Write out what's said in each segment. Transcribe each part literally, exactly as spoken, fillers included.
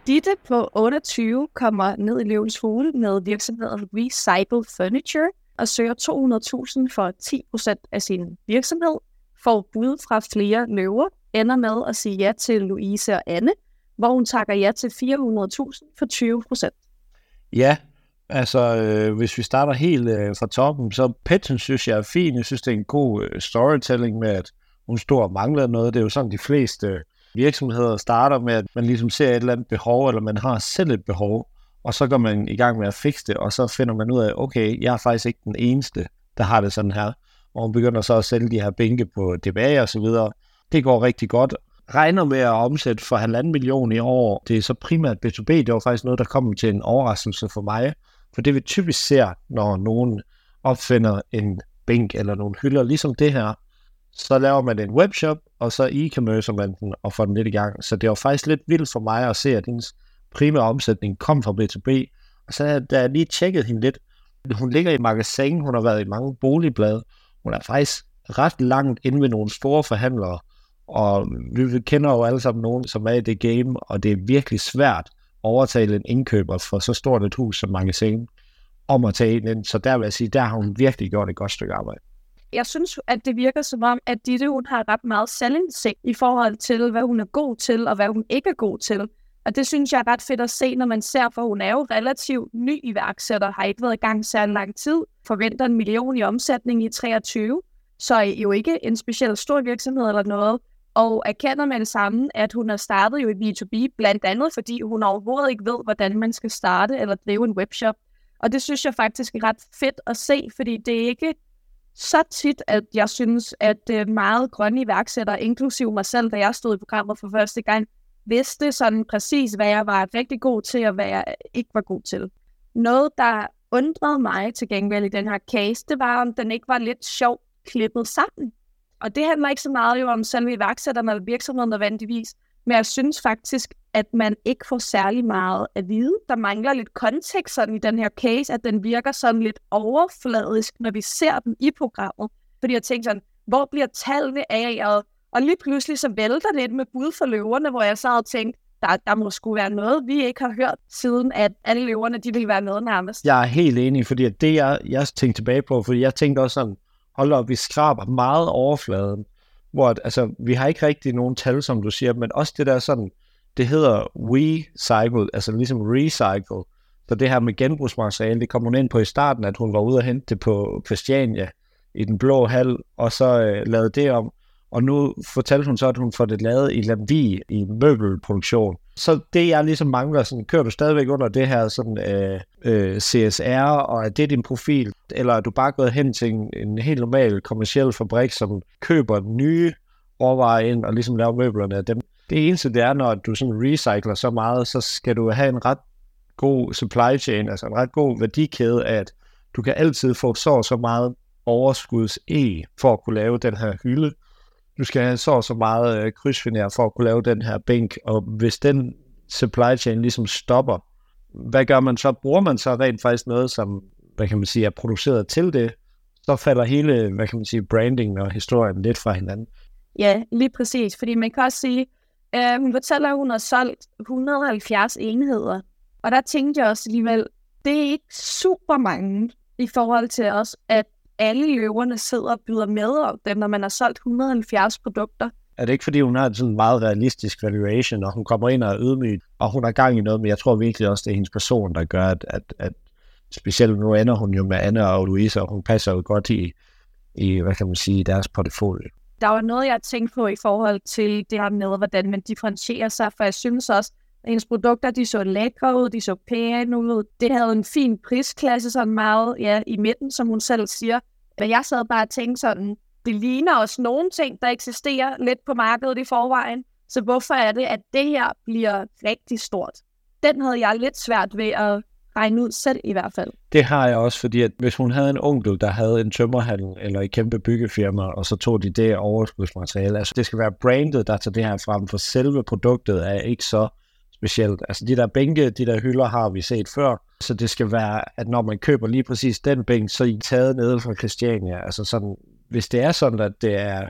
Ditte på otteogtyve kommer ned i Løvens Hule med virksomheden Recycle Furniture og søger to hundrede tusind for ti procent af sin virksomhed, får bud fra flere løver, ender med at sige ja til Louise og Anne, hvor hun takker ja til fire hundrede tusind for tyve procent. Ja, altså øh, hvis vi starter helt øh, fra toppen, så Petten synes jeg er fin. Jeg synes, det er en god øh, storytelling med, at hun står og mangler noget. Det er jo sådan, de fleste øh, virksomheder starter med, at man ligesom ser et eller andet behov, eller man har selv et behov, og så går man i gang med at fikse det, og så finder man ud af, okay, jeg er faktisk ikke den eneste, der har det sådan her. Og hun begynder så at sælge de her bænke på D B A og så videre. Det går rigtig godt. Regner med at omsætte for halvanden million i år. Det er så primært B to B. Det var faktisk noget, der kom til en overraskelse for mig. For det vi typisk ser, når nogen opfinder en bænk eller nogle hylder, ligesom det her, så laver man en webshop, og så e-commercer man den og får den lidt i gang. Så det var faktisk lidt vildt for mig at se, at hendes primære omsætning kom fra B to B. Og så da jeg lige tjekket hende lidt, hun ligger i Magasin, hun har været i mange boligblade. Hun er faktisk ret langt inde ved nogle store forhandlere, og vi kender jo alle sammen nogen, som er i det game, og det er virkelig svært at overtale en indkøber for så stort et hus som Magasin om at tage ind. Så der vil jeg sige, der har hun virkelig gjort et godt stykke arbejde. Jeg synes, at det virker som om, at Ditte, hun har ret meget selvindsigt i forhold til, hvad hun er god til, og hvad hun ikke er god til. Og det synes jeg er ret fedt at se, når man ser, for hun er jo relativt ny iværksætter, har ikke været i gang særlig lang tid, forventer en million i omsætning i treogtyve, så er jo ikke en specielt stor virksomhed eller noget, og erkender med det samme, at hun har startet jo i B to B, blandt andet fordi hun overhovedet ikke ved, hvordan man skal starte eller drive en webshop. Og det synes jeg faktisk er ret fedt at se, fordi det er ikke så tit, at jeg synes, at meget grønne iværksættere, inklusive mig selv, da jeg stod i programmet for første gang, vidste sådan præcis, hvad jeg var rigtig god til, og hvad jeg ikke var god til. Noget, der undrede mig til gengæld i den her case, det var, om den ikke var lidt sjovt klippet sammen. Og det handler ikke så meget jo om selve iværksætterne eller virksomheden nødvendigvis, men jeg synes faktisk, at man ikke får særlig meget at vide. Der mangler lidt kontekst sådan i den her case, at den virker sådan lidt overfladisk, når vi ser den i programmet. Fordi jeg tænkte sådan, hvor bliver tallene af? Og, og lige pludselig så vælter det ind med bud for løverne, hvor jeg så havde tænkt, der, der må sgu være noget, vi ikke har hørt, siden at alle løverne, de vil være med nærmest. Jeg er helt enig, fordi det jeg, jeg tænkte tilbage på, fordi jeg tænkte også sådan, hold op, vi skraber meget overfladen, hvor altså, vi har ikke rigtig nogen tal, som du siger, men også det der sådan, det hedder recycle, altså ligesom recycle. Så det her med genbrugsmateriale, det kom hun ind på i starten, at hun var ude og hente det på Christiania i den blå hal, og så øh, lavede det om. Og nu fortalte hun så, at hun får det lavet i Lemvig i møbelproduktion. Så det jeg ligesom mangler, sådan, kører du stadigvæk under det her sådan, øh, øh, C S R, og er det din profil? Eller er du bare gået hen til en, en helt normal kommerciel fabrik, som køber nye råvarer ind og ligesom laver møblerne af dem? Det eneste det er, når du sådan recycler så meget, så skal du have en ret god supply chain, altså en ret god værdikæde, at du kan altid få så så meget overskuds-E for at kunne lave den her hylde. Du skal have så så meget øh, krydsfiner for at kunne lave den her bænk, og hvis den supply chain ligesom stopper, hvad gør man så? Bruger man så rent faktisk noget, som, hvad kan man sige, er produceret til det, så falder hele, hvad kan man sige, brandingen og historien lidt fra hinanden. Ja, lige præcis, fordi man kan også sige, øh, hun fortæller, at hun har solgt et hundrede og halvfjerds enheder, og der tænkte jeg også alligevel, det er ikke super mange i forhold til os, at alle løverne sidder og byder med om dem, når man har solgt et hundrede og halvfjerds produkter. Er det ikke, fordi hun har en sådan meget realistisk valuation, og hun kommer ind og er ydmyg, og hun har gang i noget, men jeg tror virkelig også, det er hendes person, der gør, at, at, at specielt nu ender hun jo med Anne og Louise, og hun passer jo godt i, i hvad kan man sige, deres portefølje. Der var noget, jeg tænkte på i forhold til det her med, hvordan man differentierer sig, for jeg synes også, at hendes produkter, de så lækre ud, de så pæne ud. Det havde en fin prisklasse, sådan meget ja, i midten, som hun selv siger. Men jeg sad bare og tænkte sådan, det ligner også nogle ting, der eksisterer lidt på markedet i forvejen. Så hvorfor er det, at det her bliver rigtig stort? Den havde jeg lidt svært ved at regne ud selv i hvert fald. Det har jeg også, fordi at hvis hun havde en onkel, der havde en tømmerhandel eller et kæmpe byggefirma, og så tog de det overskudsmateriale. Altså det skal være brandet, der tager det her frem, for selve produktet er ikke så specielt. Altså de der bænke, de der hylder har vi set før, så det skal være, at når man køber lige præcis den bænk, så er I taget nede fra Christiania. Altså sådan, hvis det er sådan, at det er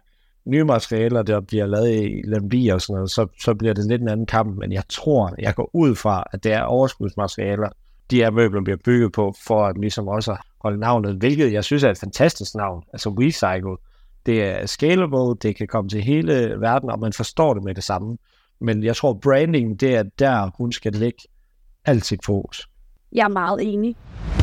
nye materialer, der bliver lavet i Lemvig og sådan noget, så, så bliver det lidt en anden kamp, men jeg tror, jeg går ud fra, at det er overskudsmaterialer, de her møbler bliver bygget på, for at ligesom også holde navnet, hvilket jeg synes er et fantastisk navn, altså Recycle. Det er scalable, det kan komme til hele verden, og man forstår det med det samme. Men jeg tror, branding, det er der, hun skal lægge alt sit fokus. Jeg er meget enig.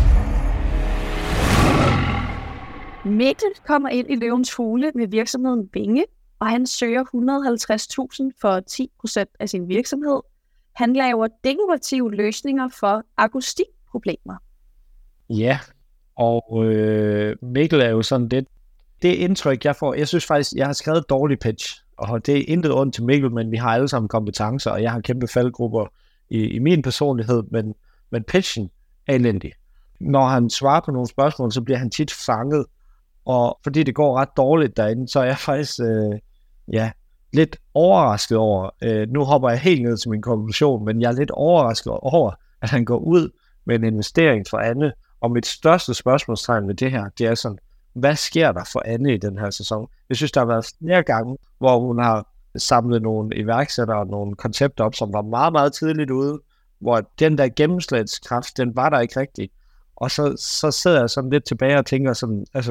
Mikkel kommer ind i Løvens Hule med virksomheden Vinge, og han søger et hundrede og halvtreds tusind for ti procent af sin virksomhed. Han laver dekorative løsninger for akustikproblemer. Ja, og øh, Mikkel er jo sådan det, det indtryk, jeg får. Jeg synes faktisk, jeg har skrevet et dårligt pitch, og det er intet ondt til Mikkel, men vi har alle sammen kompetencer, og jeg har kæmpe faldgrupper i, i min personlighed, men, men pitchen er elendig. Når han svarer på nogle spørgsmål, så bliver han tit fanget, og fordi det går ret dårligt derinde, så er jeg faktisk øh, ja, lidt overrasket over, øh, nu hopper jeg helt ned til min konklusion, men jeg er lidt overrasket over, at han går ud med en investering for Anne, og mit største spørgsmålstegn ved det her, det er sådan, hvad sker der for Anne i den her sæson? Jeg synes, der har været flere gange, hvor hun har samlet nogle iværksættere og nogle koncepter op, som var meget, meget tidligt ude, hvor den der gennemslagskraft, den var der ikke rigtig. Og så, så sidder jeg sådan lidt tilbage og tænker sådan, altså,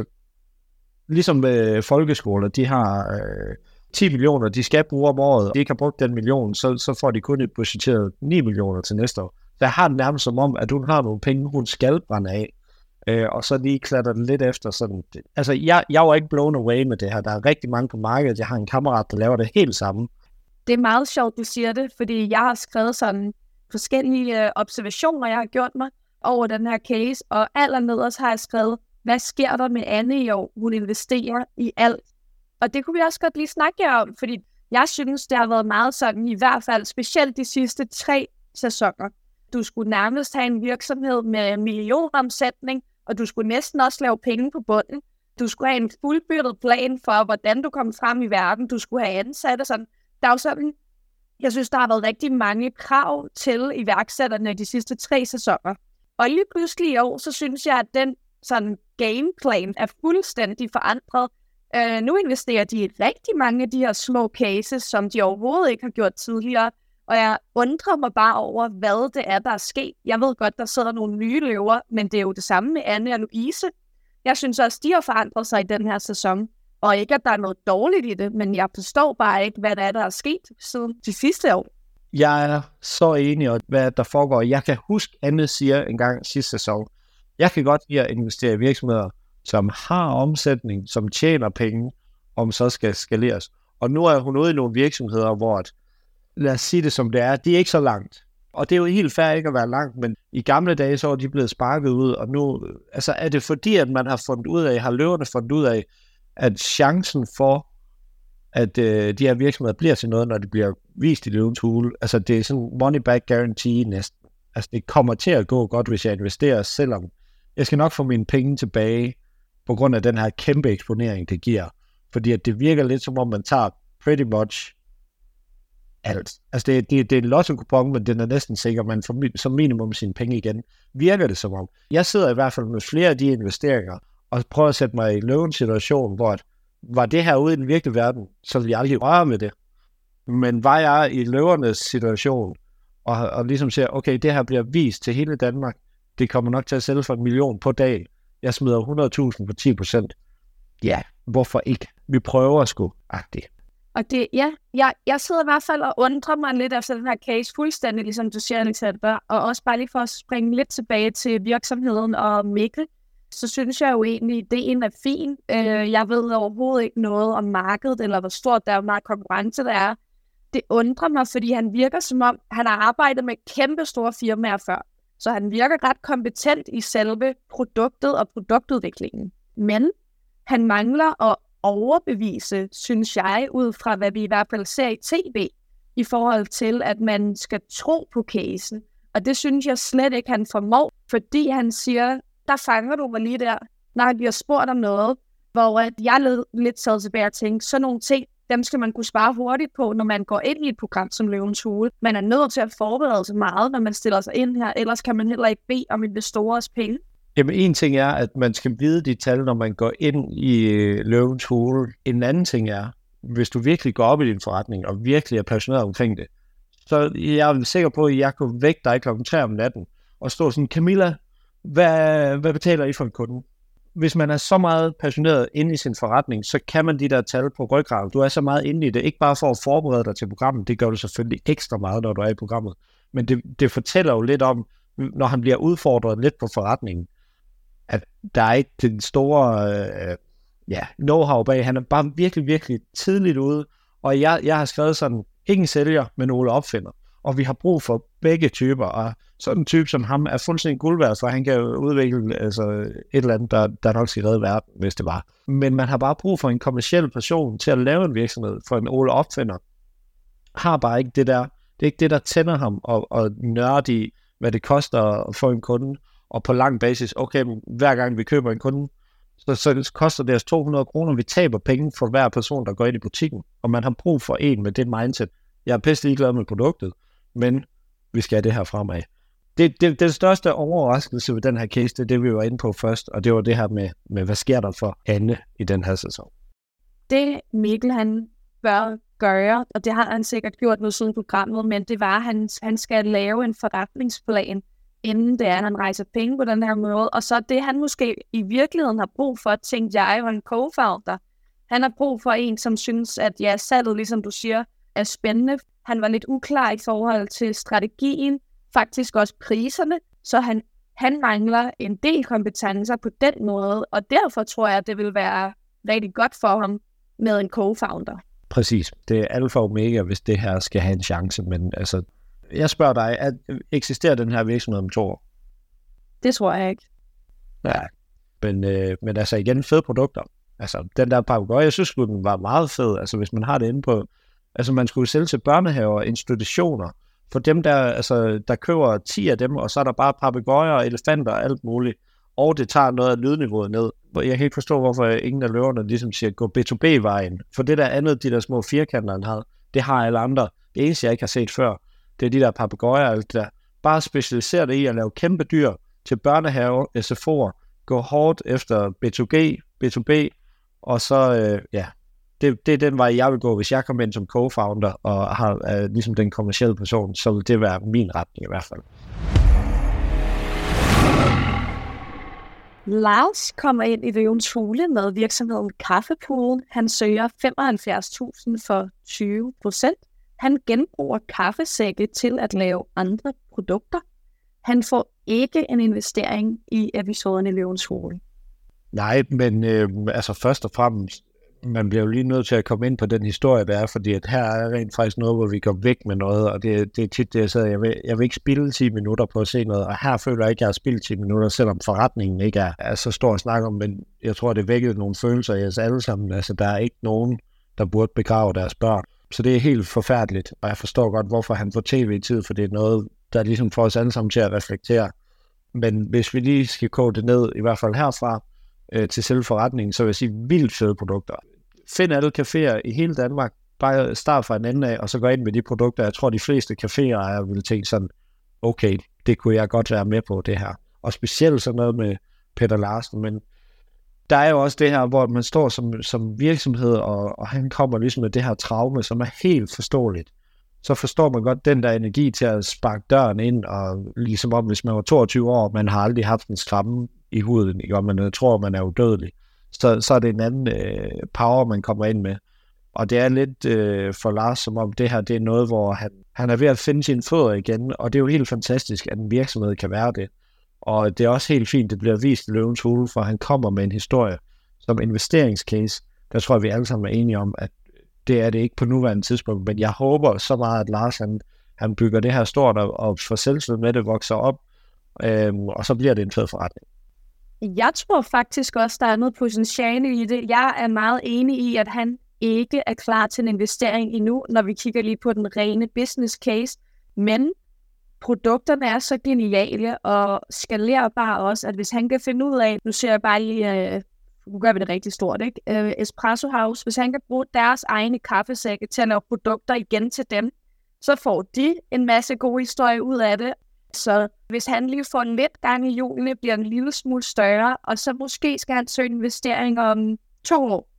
ligesom med folkeskoler, de har øh, ti millioner, de skal bruge om året, og de ikke har brugt den million, så, så får de kun et budgetteret ni millioner til næste år. Der har det nærmest som om, at hun har nogle penge, hun skal brænde af. Øh, og så lige klatter den lidt efter sådan. Altså, jeg, jeg var ikke blown away med det her. Der er rigtig mange på markedet. Jeg har en kammerat, der laver det helt samme. Det er meget sjovt, du siger det, fordi jeg har skrevet sådan forskellige observationer, jeg har gjort mig over den her case, og allernederst har jeg skrevet, hvad sker der med Anne i år? Hun investerer i alt. Og det kunne vi også godt lige snakke om, fordi jeg synes, det har været meget sådan, i hvert fald specielt de sidste tre sæsoner. Du skulle nærmest have en virksomhed med millionomsætning, og du skulle næsten også lave penge på bunden. Du skulle have en fuldbyrdet plan for, hvordan du kom frem i verden. Du skulle have ansatte. Sådan. Der er jo sådan, jeg synes, der har været rigtig mange krav til iværksætterne de sidste tre sæsoner. Og lige pludselig i år, så synes jeg, at den sådan gameplan er fuldstændig forandret. Uh, nu investerer de i rigtig mange af de her små cases, som de overhovedet ikke har gjort tidligere. Og jeg undrer mig bare over, hvad det er, der er sket. Jeg ved godt, der sidder nogle nye løver, men det er jo det samme med Anne og Louise. Jeg synes også, de har forandret sig i den her sæson. Og ikke, at der er noget dårligt i det, men jeg forstår bare ikke, hvad der er, der er sket siden de sidste år. Jeg er så enig i, hvad der foregår. Jeg kan huske, Anne siger en gang sidste sæson, jeg kan godt lide at investere i virksomheder, som har omsætning, som tjener penge, om så skal skaleres. Og nu er hun ude i nogle virksomheder, hvor at, lad os sige det som det er, de er ikke så langt. Og det er jo helt fair ikke at være langt, men i gamle dage, så er de blevet sparket ud, og nu, altså er det fordi, at man har fundet ud af, har løverne fundet ud af, at chancen for, at øh, de her virksomheder bliver til noget, når de bliver vist i Løvens Hule, altså det er sådan money back guarantee næsten. Altså det kommer til at gå godt, hvis jeg investerer, selvom jeg skal nok få mine penge tilbage, på grund af den her kæmpe eksponering, det giver. Fordi at det virker lidt som om, man tager pretty much alt. Altså det, det, det er en lotto-kupon, men den er næsten sikker, man får som minimum sine penge igen. Virker det som om. Jeg sidder i hvert fald med flere af de investeringer, og prøver at sætte mig i Løvens situation, hvor at, var det her ude i den virkelige verden, så ville jeg aldrig røre med det. Men var jeg i løvernes situation, og, og ligesom siger, okay, det her bliver vist til hele Danmark, det kommer nok til at sælge for en million på dag. Jeg smider hundrede tusind på ti procent. Ja, hvorfor ikke? Vi prøver sgu, agtigt. Og det, ja, jeg, jeg sidder i hvert fald og undrer mig lidt efter den her case, fuldstændig ligesom du siger, Alexander, og også bare lige for at springe lidt tilbage til virksomheden og Mikkel, så synes jeg jo egentlig, at ideen er fin. Øh, jeg ved overhovedet ikke noget om markedet, eller hvor stort der er, meget konkurrence der er. Det undrer mig, fordi han virker som om, han har arbejdet med kæmpe store firmaer før, så han virker ret kompetent i selve produktet og produktudviklingen. Men han mangler at overbevise, synes jeg, ud fra hvad vi i hvert fald ser i tv, i forhold til, at man skal tro på casen. Og det synes jeg slet ikke, han formår, fordi han siger, der fanger du mig lige der, når han bliver spurgt om noget, hvor jeg led lidt sad tilbage og tænkte, sådan nogle ting, dem skal man kunne spare hurtigt på, når man går ind i et program som Løvens Hule. Man er nødt til at forberede sig meget, når man stiller sig ind her, ellers kan man heller ikke bede om investorers penge. Jamen en ting er, at man skal vide de tal, når man går ind i Løvens Hule. En anden ting er, hvis du virkelig går op i din forretning, og virkelig er passioneret omkring det, så jeg er sikker på, at jeg kunne vække dig klokken tre om natten, og stå sådan, Camilla, hvad, hvad betaler I for en kunde? Hvis man er så meget passioneret inde i sin forretning, så kan man de der tal på ryggraden. Du er så meget inde i det, ikke bare for at forberede dig til programmet, det gør du selvfølgelig ekstra meget, når du er i programmet, men det, det fortæller jo lidt om, når han bliver udfordret lidt på forretningen, at der er ikke den store øh, ja, know-how bag. Han er bare virkelig, virkelig tidligt ude, og jeg, jeg har skrevet sådan, ikke en sælger, men Ole opfinder. Og vi har brug for begge typer, og sådan en type som ham er fuldstændig guld værd, for han kan jo udvikle altså, et eller andet, der, der nok skal redde verden, hvis det var. Men man har bare brug for en kommerciel person til at lave en virksomhed, for en Ole opfinder har bare ikke det der, det er ikke det, der tænder ham, og, og nørde i, hvad det koster at få en kunde, og på lang basis, okay, hver gang vi køber en kunde, så, så koster det os to hundrede kroner, vi taber penge for hver person, der går ind i butikken, og man har brug for en med det mindset. Jeg er pisse ligeglad med produktet, men vi skal have det her fremad. Det, det, den største overraskelse ved den her case, det er det, vi var inde på først, og det var det her med, med hvad sker der for Anne i den her sæson. Det Mikkel, han bør gøre, og det har han sikkert gjort noget siden programmet, men det var, at han, han skal lave en forretningsplan, inden det er, han rejser penge på den her måde, og så det, han måske i virkeligheden har brug for, tænkte jeg jo en co-founder. Han har brug for en, som synes, at ja, salget, ligesom du siger, er spændende. Han var lidt uklar i forhold til strategien, faktisk også priserne, så han, han mangler en del kompetencer på den måde, og derfor tror jeg, at det vil være rigtig godt for ham med en co-founder. Præcis. Det er alfa og omega, hvis det her skal have en chance, men altså, jeg spørger dig, at eksisterer den her virksomhed om to år? Det tror jeg ikke. Ja, men, øh, men altså igen, fede produkter. Altså, den der papegøje, jeg synes, den var meget fed. Altså, hvis man har det inde på, altså man skulle sælge til børnehaver og institutioner. For dem, der, altså, der køber ti af dem, og så er der bare papegøjer og elefanter og alt muligt. Og det tager noget af lydniveauet ned. Jeg kan ikke forstå, hvorfor ingen af løverne ligesom siger, gå B to B-vejen. For det der andet, de der små firkanter, han havde, det har alle andre. Det eneste, jeg ikke har set før, det er de der papegøjer og alt det der. Bare specialisere det i at lave kæmpe dyr til børnehave, S F O'er, gå hårdt efter B to G, B to B, og så, øh, ja, det, det er den vej, jeg vil gå, hvis jeg kommer ind som co-founder og har øh, ligesom den kommercielle person, så vil det være min retning i hvert fald. Lars kommer ind i Løvens Hule med virksomheden Kaffepoolen. Han søger femoghalvfjerds tusind for tyve procent. Han genbruger kaffesække til at lave andre produkter. Han får ikke en investering i episoden i Løvens Hule. Nej, men øh, altså først og fremmest, man bliver jo lige nødt til at komme ind på den historie, der er, fordi at her er rent faktisk noget, hvor vi går væk med noget, og det, det er tit det, jeg siger, jeg vil, jeg vil ikke spilde ti minutter på at se noget, og her føler jeg ikke, at jeg har spildt ti minutter, selvom forretningen ikke er, er så stor at snakke om, men jeg tror, det vækkede nogle følelser i os alle sammen. Altså, der er ikke nogen, der burde begrave deres børn. Så det er helt forfærdeligt, og jeg forstår godt, hvorfor han får tv-tid, for det er noget, der ligesom får os alle sammen til at reflektere. Men hvis vi lige skal koge det ned, i hvert fald herfra, øh, til selve forretningen, så vil jeg sige vildt fede produkter. Find alle caféer i hele Danmark, bare start fra en ende af, og så gå ind med de produkter. Jeg tror, de fleste caféer vil tænke sådan, okay, det kunne jeg godt være med på, det her. Og specielt sådan noget med Peter Larsen, men der er jo også det her, hvor man står som, som virksomhed, og, og han kommer ligesom med det her traume, som er helt forståeligt. Så forstår man godt den der energi til at sparke døren ind, og ligesom om, hvis man var toogtyve år, man har aldrig haft en skræmme i huden, ikke? Og man tror, man er udødelig. Så, så er det en anden øh, power, man kommer ind med. Og det er lidt øh, for Lars, som om det her, det er noget, hvor han, han er ved at finde sine fødder igen, og det er jo helt fantastisk, at en virksomhed kan være det. Og det er også helt fint, det bliver vist i Løvens Hule, for han kommer med en historie som investeringscase. Der tror jeg, vi alle sammen er enige om, at det er det ikke på nuværende tidspunkt, men jeg håber så meget, at Lars han, han bygger det her stort, og, og får selvtillid med det, vokser op, øhm, og så bliver det en fed forretning. Jeg tror faktisk også, der er noget potentiale i det. Jeg er meget enig i, at han ikke er klar til en investering endnu, når vi kigger lige på den rene business case. Men produkterne er så geniale og skalerbare også, at hvis han kan finde ud af, nu ser jeg bare lige, øh, nu gør vi det rigtig stort, ikke? Øh, Espresso House, hvis han kan bruge deres egne kaffesække til at lave produkter igen til dem, så får de en masse gode historier ud af det. Så hvis han lige får lidt gang i hjulene, bliver en lille smule større, og så måske skal han søge investeringer om to år.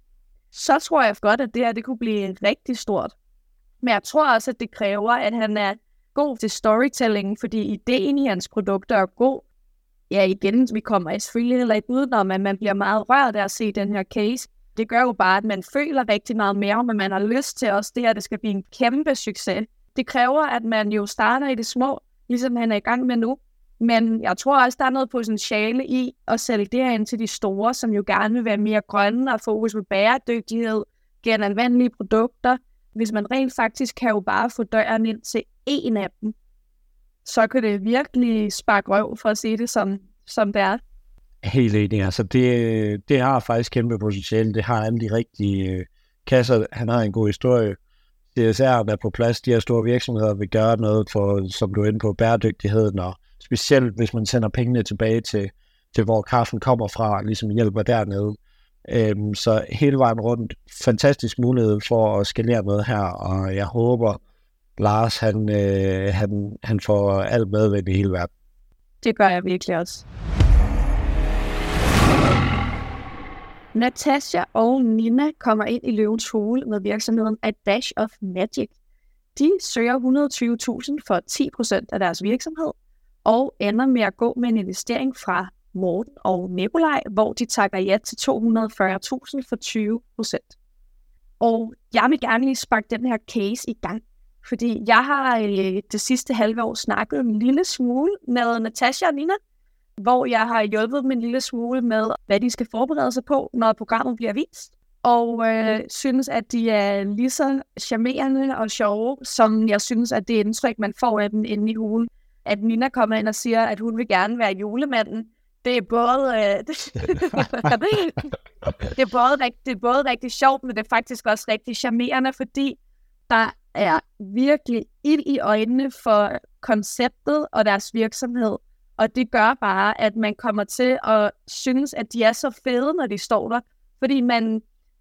så tror jeg godt, at det her det kunne blive rigtig stort. Men jeg tror også, at det kræver, at han er god til storytelling, fordi ideen i hans produkter er god. Ja, igen, vi kommer selvfølgelig heller ikke udenom, at man bliver meget rørt af at se den her case. Det gør jo bare, at man føler rigtig meget mere, men man har lyst til også det her, det skal blive en kæmpe succes. Det kræver, at man jo starter i det små, ligesom han er i gang med nu. Men jeg tror også, der er noget potentiale i at sælge det her ind til de store, som jo gerne vil være mere grønne og fokus på bæredygtighed, genanvendelige produkter. Hvis man rent faktisk kan jo bare få døren ind til en af dem, så kan det virkelig sparke røv, for at sige det som, som det er. Helt enig. Altså det, det har faktisk kæmpe potentiale. Det har alle de rigtige øh, kasser. Han har en god historie. C S R'en er på plads. De her store virksomheder vil gøre noget for, som du er inde på, bæredygtigheden, og specielt hvis man sender pengene tilbage til, til hvor kaffen kommer fra, ligesom hjælper dernede. Øhm, så hele vejen rundt, fantastisk mulighed for at skalere noget her, og jeg håber, Lars, han, øh, han, han får alt medvind i hele verden. Det gør jeg virkelig også. Natasha og Nina kommer ind i Løvens Hule med virksomheden A Dash of Magic. De søger et hundrede og tyve tusind for ti procent af deres virksomhed, og ender med at gå med en investering fra Morten og Nikolaj, hvor de takker ja til to hundrede og fyrre tusind for tyve procent. Og jeg vil gerne lige sparke den her case i gang, fordi jeg har øh, det sidste halve år snakket en lille smule med Natasha og Nina, hvor jeg har hjulpet dem en lille smule med, hvad de skal forberede sig på, når programmet bliver vist. Og øh, synes, at de er lige så charmerende og sjove, som jeg synes, at det indtryk, man får af dem inde i hulen. At Nina kommer ind og siger, at hun vil gerne være julemanden. Det er både, øh, det, det, er både rigt, det er både rigtig sjovt, men det er faktisk også rigtig charmerende, fordi der er virkelig ild i øjnene for konceptet og deres virksomhed. Og det gør bare, at man kommer til at synes, at de er så fede, når de står der. Fordi man,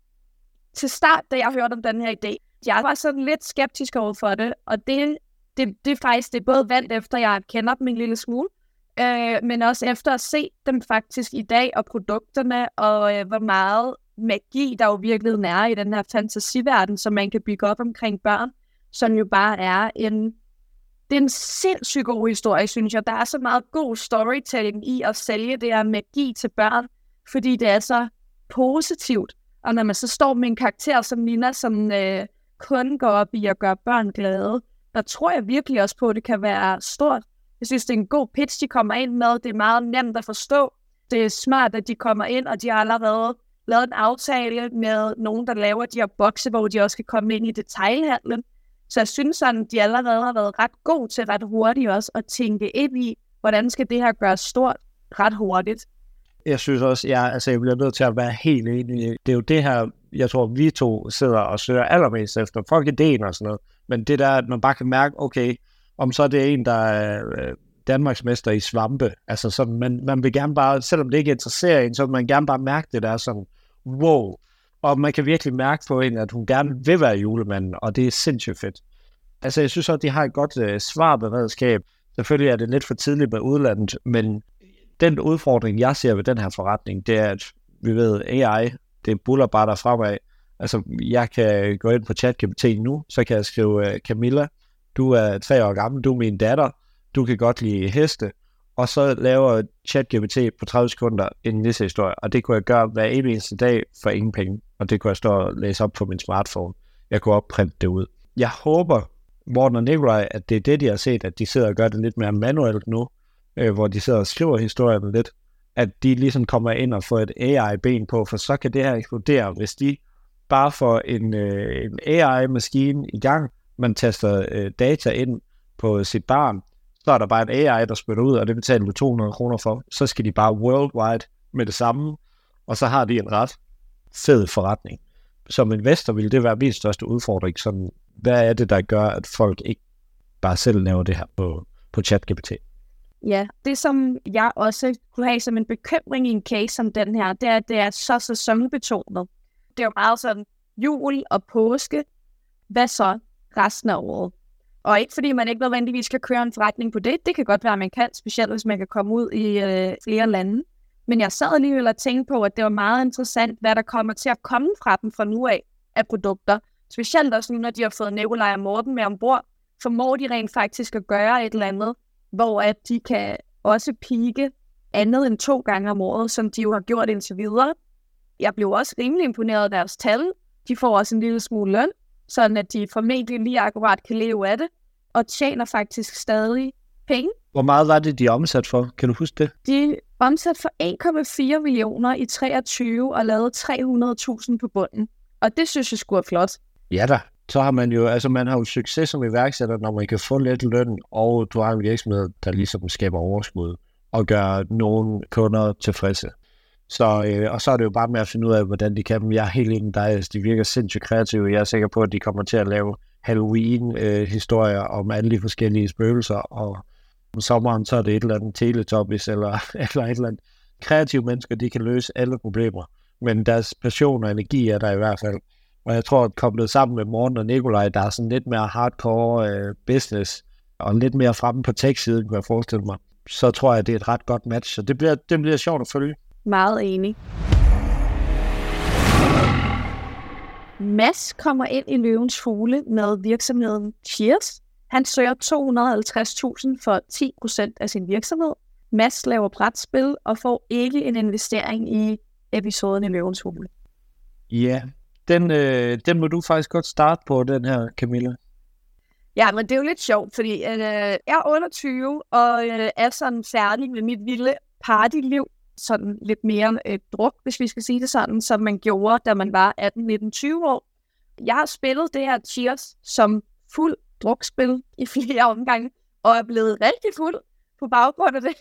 til start, da jeg hørte om den her idé, jeg var sådan lidt skeptisk over for det. Og det, det, det er faktisk det er både valgt efter, jeg kender dem en lille smule, øh, men også efter at se dem faktisk i dag, og produkterne, og øh, hvor meget magi, der jo virkelig er i den her fantasiverden, som man kan bygge op omkring børn, som jo bare er en... Det er en sindssygt god historie, synes jeg. Der er så meget god storytelling i at sælge det her magi til børn, fordi det er så positivt. Og når man så står med en karakter som Nina, som øh, kun går op i at gøre børn glade, der tror jeg virkelig også på, at det kan være stort. Jeg synes, det er en god pitch, de kommer ind med. Det er meget nemt at forstå. Det er smart, at de kommer ind, og de har allerede lavet en aftale med nogen, der laver de her bokse, hvor de også kan komme ind i detailhandlen. Så jeg synes sådan, de allerede har været ret gode til ret hurtigt også at tænke ind i, hvordan skal det her gøres stort ret hurtigt. Jeg synes også, jeg, altså, jeg bliver nødt til at være helt enig. Det er jo det her, jeg tror, vi to sidder og søger allermest efter. Folk idéen og sådan noget. Men det der, at man bare kan mærke, okay, om så er det en, der er øh, Danmarksmester i svampe. Altså sådan, man, man vil gerne bare, selvom det ikke interesserer en, så vil man gerne bare mærke det der sådan, wow. Og man kan virkelig mærke på hende, at hun gerne vil være julemanden, og det er sindssygt fedt. Altså, jeg synes også, at de har et godt øh, svarberedskab. Selvfølgelig er det lidt for tidligt med udlandet, men den udfordring, jeg ser ved den her forretning, det er, at vi ved, A I, det buller bare der fremad. Altså, jeg kan gå ind på ChatGPT nu, så kan jeg skrive, øh, Camilla, du er tre år gammel, du er min datter, du kan godt lide heste, og så laver ChatGPT på tredive sekunder en nissehistorie, og det kunne jeg gøre hver eneste dag for ingen penge, og det kunne jeg stå og læse op på min smartphone. Jeg kunne opprinte det ud. Jeg håber, Morten og Nikolaj, at det er det, de har set, at de sidder og gør det lidt mere manuelt nu, øh, hvor de sidder og skriver historierne lidt, at de ligesom kommer ind og får et A I-ben på, for så kan det her eksplodere, hvis de bare får en, øh, en A I-maskine i gang, man taster øh, data ind på sit barn, så er der bare en A I, der spytter ud, og det betaler du to hundrede kroner for. Så skal de bare worldwide med det samme, og så har de en ret fed forretning. Som investor vil det være min største udfordring. Sådan, hvad er det, der gør, at folk ikke bare selv laver det her på, på ChatGPT? Ja, det som jeg også kunne have som en bekymring i en case som den her, det er, at det er så sæsonbetonet. Det er jo meget sådan jul og påske. Hvad så resten af året? Og ikke fordi man ikke nødvendigvis kan køre en forretning på det. Det kan godt være, at man kan, specielt hvis man kan komme ud i øh, flere lande. Men jeg sad alligevel og tænkte på, at det var meget interessant, hvad der kommer til at komme fra dem fra nu af af produkter. Specielt også nu, når de har fået Nikolaj og Morten med ombord, formår de rent faktisk at gøre et eller andet, hvor at de kan også pike andet end to gange om året, som de jo har gjort indtil videre. Jeg blev også rimelig imponeret af deres tal. De får også en lille smule løn, sådan at de formentlig lige akkurat kan leve af det, og tjener faktisk stadig penge. Hvor meget var det, de er omsat for? Kan du huske det? De er omsat for en komma fire millioner i treogtyve og lavede tre hundrede tusind på bunden. Og det synes jeg sgu er flot. Ja da. Så har man jo, altså man har jo succes som iværksætter, når man kan få lidt løn, og du har en virksomhed, der ligesom skaber overskud og gør nogle kunder tilfredse. Så, øh, og så er det jo bare med at finde ud af, hvordan de kan dem. Jeg er helt enig dig, altså, de virker sindssygt kreative. Jeg er sikker på, at de kommer til at lave Halloween-historier øh, om alle de forskellige spøgelser, og om sommeren så er det et eller andet Teletubbies eller, eller et eller andet. Kreative mennesker, de kan løse alle problemer, men deres passion og energi er der i hvert fald. Og jeg tror, at koblet sammen med Morten og Nikolaj, der er sådan lidt mere hardcore øh, business, og lidt mere fremme på tech-siden, kunne jeg forestille mig, så tror jeg, at det er et ret godt match. Så det bliver, det bliver sjovt at følge. Meget enig. Mads kommer ind i Løvens Fugle med virksomheden Cheers. Han søger to hundrede og halvtreds tusind for ti procent af sin virksomhed. Mads laver brætspil og får ikke en investering i episoden i Løvens Fugle. Ja, den, øh, den må du faktisk godt starte på, den her, Camilla. Ja, men det er jo lidt sjovt, fordi øh, jeg er otteogtyve og øh, er sådan færdig med mit vilde partyliv. Sådan lidt mere øh, druk, hvis vi skal sige det sådan, som man gjorde, da man var atten, nitten, tyve år. Jeg har spillet det her Cheers som fuld drukspil i flere omgange, og er blevet rigtig fuld på baggrund af det.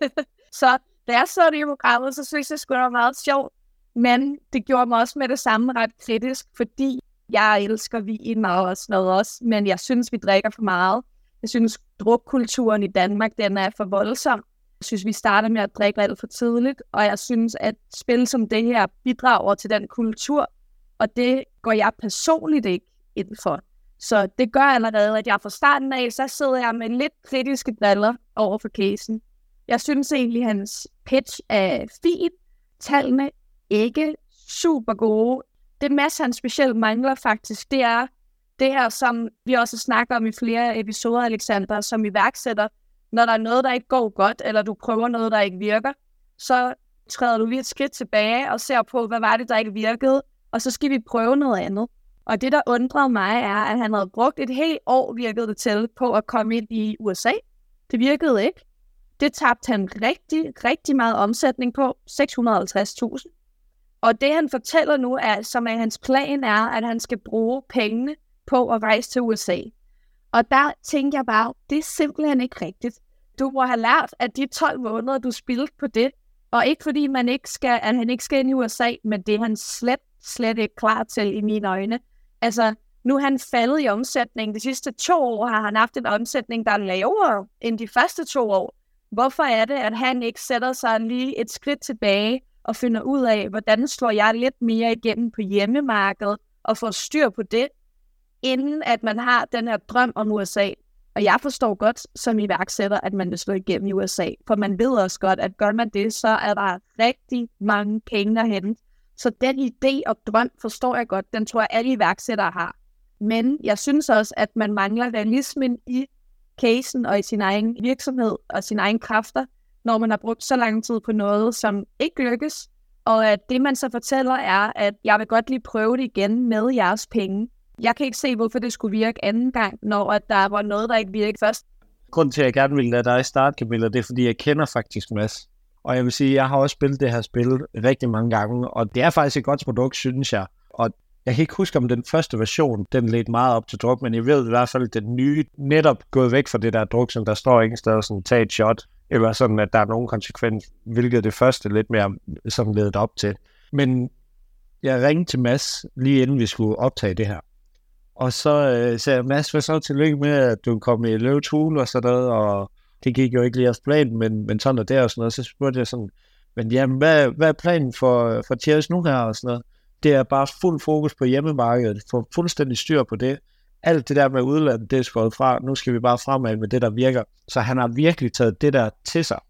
Så da jeg så det i programmet, så synes jeg sgu det var meget sjovt, men det gjorde mig også med det samme ret kritisk, fordi jeg elsker vin og sådan noget også, men jeg synes, vi drikker for meget. Jeg synes, drukkulturen i Danmark, den er for voldsom. Jeg synes, vi starter med at drikke alt for tidligt, og jeg synes, at spil som det her bidrager til den kultur, og det går jeg personligt ikke ind for. Så det gør allerede, at jeg fra starten af, så sidder jeg med lidt kritiske briller over for casen. Jeg synes egentlig, at hans pitch er fin. Tallene ikke super gode. Det Mads, han specielt mangler faktisk, det er det her, som vi også snakker om i flere episoder, Alexander, som iværksætter. Når der er noget, der ikke går godt, eller du prøver noget, der ikke virker, så træder du lige et skridt tilbage og ser på, hvad var det, der ikke virkede, og så skal vi prøve noget andet. Og det, der undrede mig, er, at han havde brugt et helt år, virkede det til, på at komme ind i U S A. Det virkede ikke. Det tabte han rigtig, rigtig meget omsætning på, seks hundrede og halvtreds tusind. Og det, han fortæller nu, er, som er hans plan, er, at han skal bruge pengene på at rejse til U S A. Og der tænker jeg bare, det er simpelthen ikke rigtigt. Du må have lært, at de tolv måneder, du spildte på det, og ikke fordi man ikke skal, at han ikke skal ind i U S A, men det er han slet, slet ikke klar til i mine øjne. Altså, nu er han faldet i omsætning. De sidste to år har han haft en omsætning, der er lavere end de første to år. Hvorfor er det, at han ikke sætter sig lige et skridt tilbage og finder ud af, hvordan slår jeg lidt mere igennem på hjemmemarkedet og får styr på det, inden at man har den her drøm om U S A. Og jeg forstår godt som iværksætter, at man vil slå igennem i U S A. For man ved også godt, at gør man det, så er der rigtig mange penge at hente. Så den idé og drøm forstår jeg godt, den tror jeg alle iværksættere har. Men jeg synes også, at man mangler realismen i casen og i sin egen virksomhed og sine egne kræfter, når man har brugt så lang tid på noget, som ikke lykkes. Og at det, man så fortæller, er, at jeg vil godt lige prøve det igen med jeres penge. Jeg kan ikke se, hvorfor det skulle virke anden gang, når at der var noget, der ikke virkede først. Grunden til, at jeg gerne ville lade dig starte, Camilla, det er, fordi jeg kender faktisk Mads. Og jeg vil sige, at jeg har også spillet det her spil rigtig mange gange, og det er faktisk et godt produkt, synes jeg. Og jeg kan ikke huske, om den første version, den ledte meget op til druk, men jeg ved i hvert fald, at den nye netop gået væk fra det der druk, som der står ingen steder sådan, tag et shot, eller sådan, at der er nogen konsekvens, hvilket det første lidt mere som ledet op til. Men jeg ringte til Mads, lige inden vi skulle optage det her. Og så øh, sagde jeg, Mads, hvad så tillykke med, at du kom i Løvens Hule og sådan noget, og det gik jo ikke lige efter planen, men, men sådan og der og sådan noget. Så spurgte jeg sådan, men jamen, hvad, hvad er planen for, for Cheers nu her og sådan noget? Det er bare fuld fokus på hjemmemarkedet, få fuldstændig styr på det. Alt det der med udlandet, det er skåret fra. Nu skal vi bare fremad med det, der virker. Så han har virkelig taget det der til sig.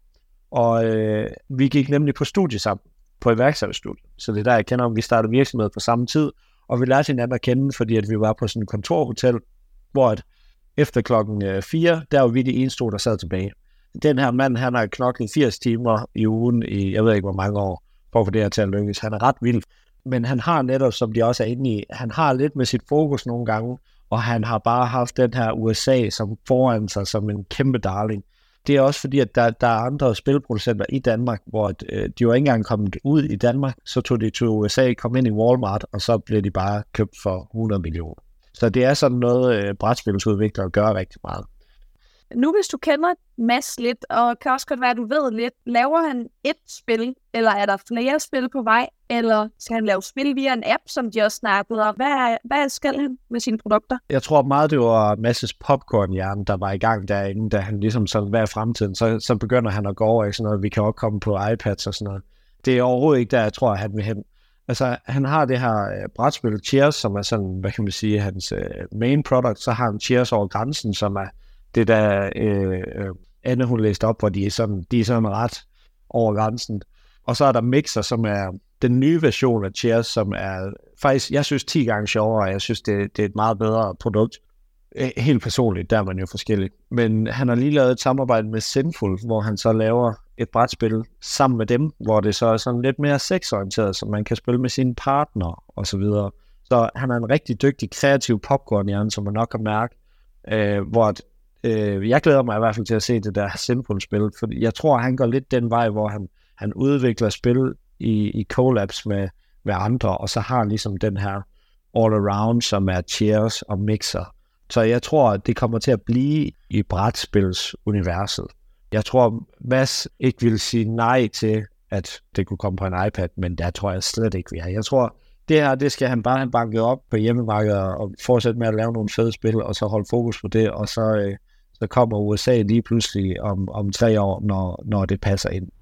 Og øh, vi gik nemlig på studie sammen, på iværksætterstudiet. Så det er der, jeg kender om, vi startede virksomhed på samme tid, og vi lærte hinanden at kende, fordi at vi var på sådan et kontorhotel, hvor at efter klokken fire, der var vi de eneste, der sad tilbage. Den her mand, han har knoklet firs timer i ugen i, jeg ved ikke hvor mange år, for at få det her til at lykkes. Han er ret vild. Men han har netop, som de også er inde i, han har lidt med sit fokus nogle gange, og han har bare haft den her U S A som foran sig som en kæmpe darling. Det er også fordi, at der, der er andre spilproducenter i Danmark, hvor øh, de var ikke engang kommet ud i Danmark, så tog de til U S A, kom ind i Walmart, og så blev de bare købt for hundrede millioner. Så det er sådan noget, øh, brætspilsudviklere gør rigtig meget. Nu hvis du kender Mads lidt, og kan også godt være, at du ved lidt, laver han et spil, eller er der flere spil på vej, eller skal han lave spil via en app, som de også snakkede om? Hvad, er, hvad skal han med sine produkter? Jeg tror meget, det var Mads' popcorn-hjerne, der var i gang derinde, da han ligesom sådan, hvad er fremtiden? Så, så begynder han at gå over i sådan noget, vi kan også komme på iPads og sådan noget. Det er overhovedet ikke der, jeg tror, at han vil hen. Altså, han har det her øh, brætspil Cheers, som er sådan, hvad kan man sige, hans øh, main product. Så har han Cheers over grænsen, som er det der øh, øh, Anne, hun læste op, hvor de er, sådan, de er sådan ret over grænsen. Og så er der Mixer, som er den nye version af Cheers, som er faktisk, jeg synes, ti gange sjovere, og jeg synes, det, det er et meget bedre produkt. Helt personligt, der er man jo forskellig. Men han har lige lavet et samarbejde med Sinful, hvor han så laver et brætspil sammen med dem, hvor det så er sådan lidt mere sexorienteret, så man kan spille med sine partner og så videre. Så han er en rigtig dygtig, kreativ popcorn-hjerne, som man nok kan mærke, øh, hvor øh, jeg glæder mig i hvert fald til at se det der Sinful-spil, for jeg tror, han går lidt den vej, hvor han, han udvikler spil i, i collabs med, med andre, og så har han ligesom den her all-around, som er Cheers og Mixer. Så jeg tror, at det kommer til at blive i brætspilsuniverset. Jeg tror, Mads ikke ville sige nej til, at det kunne komme på en iPad, men der tror jeg slet ikke, vi er. Jeg tror, det her, det skal han bare have banket op på hjemmemarkedet og fortsætte med at lave nogle fede spil, og så holde fokus på det, og så, øh, så kommer U S A lige pludselig om, om tre år, når, når det passer ind.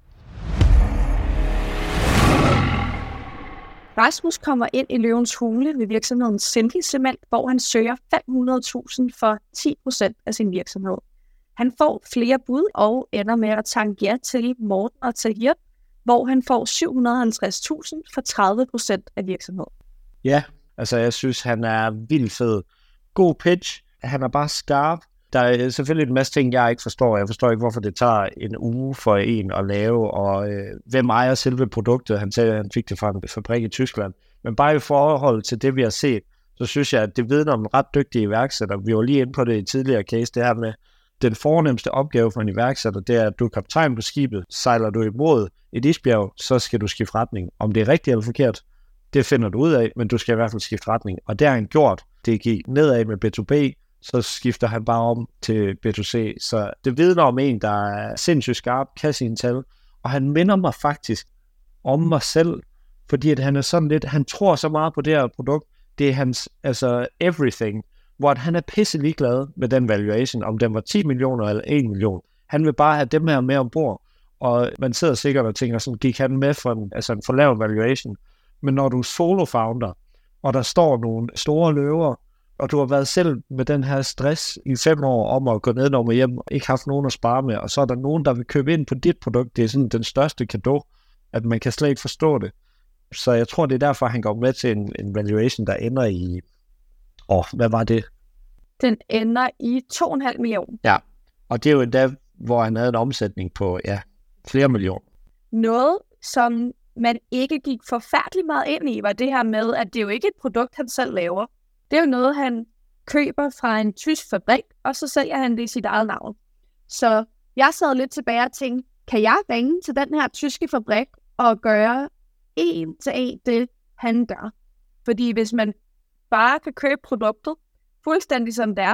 Rasmus kommer ind i Løvens Hule ved virksomheden Simply Cement, hvor han søger fem hundrede tusind for ti procent af sin virksomhed. Han får flere bud og ender med at tanke ja til Morten og Tahir, hvor han får syv hundrede og halvtreds tusind for tredive procent af virksomheden. Ja, altså jeg synes, han er vildt fed. God pitch. Han er bare skarp. Der er selvfølgelig en masse ting, jeg ikke forstår. Jeg forstår ikke, hvorfor det tager en uge for en at lave, og øh, hvem ejer selve produktet. Han sagde, at han fik det fra en fabrik i Tyskland. Men bare i forhold til det, vi har set, så synes jeg, at det vidner om en ret dygtig iværksætter. Vi var lige inde på det i tidligere case, det her med, den fornemmeste opgave for en iværksætter, det er, at du er kaptajn på skibet. Sejler du imod et isbjerg, så skal du skifte retning. Om det er rigtigt eller forkert, det finder du ud af, men du skal i hvert fald skifte retning. Og det har han gjort. Det gik nedad med B to B, så skifter han bare om til B to C. Så det vidner om en, der er sindssygt skarp, kan sine tal. Og han minder mig faktisk om mig selv, fordi at han er sådan lidt, han tror så meget på det her produkt. Det er hans, altså everything, hvor han er pisse ligeglad med den valuation, om den var ti millioner eller en million. Han vil bare have dem her med ombord, og man sidder sikkert og tænker, sådan gik han med for en, altså en for lav valuation. Men når du er solo-founder, og der står nogle store løver, og du har været selv med den her stress i fem år om at gå ned og hjem, og ikke haft nogen at spare med, og så er der nogen, der vil købe ind på dit produkt. Det er sådan den største cadeau, at man kan slet ikke forstå det. Så jeg tror, det er derfor, han går med til en, en valuation, der ender i... Åh, oh, hvad var det? Den ender i to komma fem millioner. Ja, og det er jo endda, hvor han havde en omsætning på, ja, flere millioner. Noget, som man ikke gik forfærdeligt meget ind i, var det her med, at det er jo ikke et produkt, han selv laver. Det er jo noget, han køber fra en tysk fabrik, og så sælger han det i sit eget navn. Så jeg sad lidt tilbage og tænkte, kan jeg ringe til den her tyske fabrik og gøre en til en det, han gør? Fordi hvis man bare kan købe produktet fuldstændig som det er,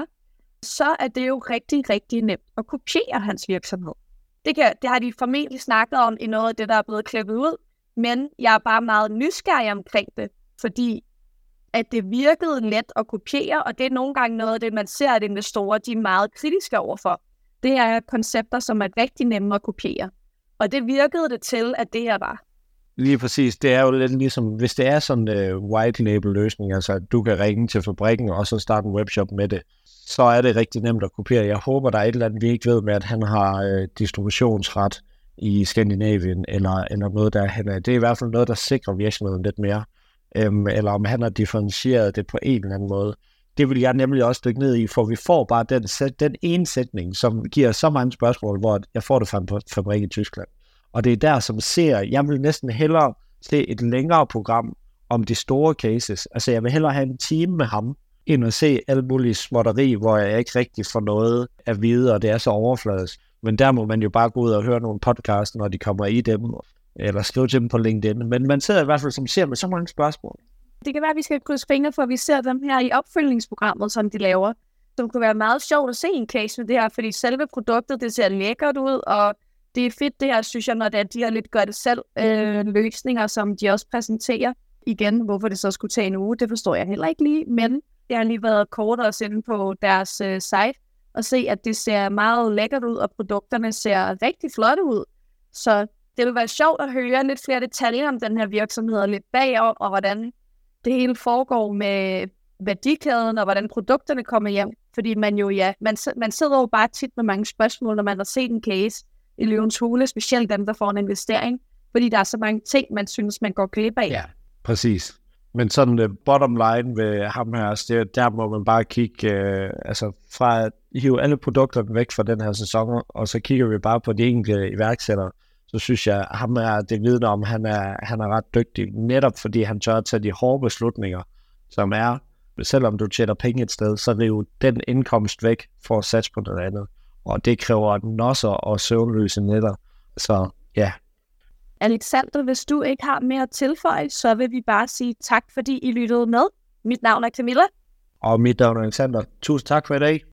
så er det jo rigtig, rigtig nemt at kopiere hans virksomhed. Det, kan, det har de formentlig snakket om i noget af det, der er blevet klippet ud, men jeg er bare meget nysgerrig omkring det, fordi at det virkede let at kopiere, og det er nogle gange noget af det, man ser, at investorer de er meget kritiske overfor. Det er koncepter, som er rigtig nemme at kopiere. Og det virkede det til, at det her var. Lige præcis. Det er jo lidt ligesom, hvis det er sådan en uh, white label løsning, altså at du kan ringe til fabrikken og så starte en webshop med det, så er det rigtig nemt at kopiere. Jeg håber, der er et eller andet, vi ikke ved med, at han har uh, distributionsret i Skandinavien, eller, eller noget derhen af. Det er i hvert fald noget, der sikrer virksomheden lidt mere. Øhm, eller om han har differentieret det på en eller anden måde. Det vil jeg nemlig også dykke ned i, for vi får bare den, den ene sætning, som giver så mange spørgsmål, hvor jeg får det fra en fabrik i Tyskland. Og det er der, som ser, jeg vil næsten hellere se et længere program om de store cases. Altså jeg vil hellere have en time med ham, end at se alt muligt småtteri, hvor jeg ikke rigtig får noget at vide, og det er så overfladisk. Men der må man jo bare gå ud og høre nogle podcasts, når de kommer i dem, eller skrive til dem på LinkedIn. Men man sidder i hvert fald som ser med så mange spørgsmål. Det kan være, at vi skal krydse fingre for, at vi ser dem her i opfølgningsprogrammet, som de laver. Det kunne være meget sjovt at se en case med det her, fordi selve produktet, det ser lækkert ud, og det er fedt det her, synes jeg, når det er de her lidt gør det selv øh, løsninger, som de også præsenterer. Igen, hvorfor det så skulle tage en uge, det forstår jeg heller ikke lige, men jeg har lige været kortere at sende på deres øh, site og se, at det ser meget lækkert ud, og produkterne ser rigtig flotte ud. Så det vil være sjovt at høre lidt flere detaljer om den her virksomhed, og lidt bagom, og hvordan det hele foregår med værdikæden, og hvordan produkterne kommer hjem. Fordi man jo, ja, man, man sidder jo bare tit med mange spørgsmål, når man har set en case i Løvens Hule, specielt dem, der får en investering, fordi der er så mange ting, man synes, man går glip af. Ja, præcis. Men sådan uh, bottom line ved ham her, det, der må man bare kigge, uh, altså fra at hive alle produkterne væk fra den her sæson, og så kigger vi bare på de enkelte iværksættere, så synes jeg, at ham er det vidner om, han er, han er ret dygtig, netop fordi han tør at tage de hårde beslutninger, som er, selvom du tjener penge et sted, så rive den indkomst væk for at satse på noget andet. Og det kræver nosser og søvnløse nætter. Så ja. Alexander, hvis du ikke har mere at tilføje, så vil vi bare sige tak, fordi I lyttede med. Mit navn er Camilla. Og mit navn er Alexander. Tusind tak for i dag.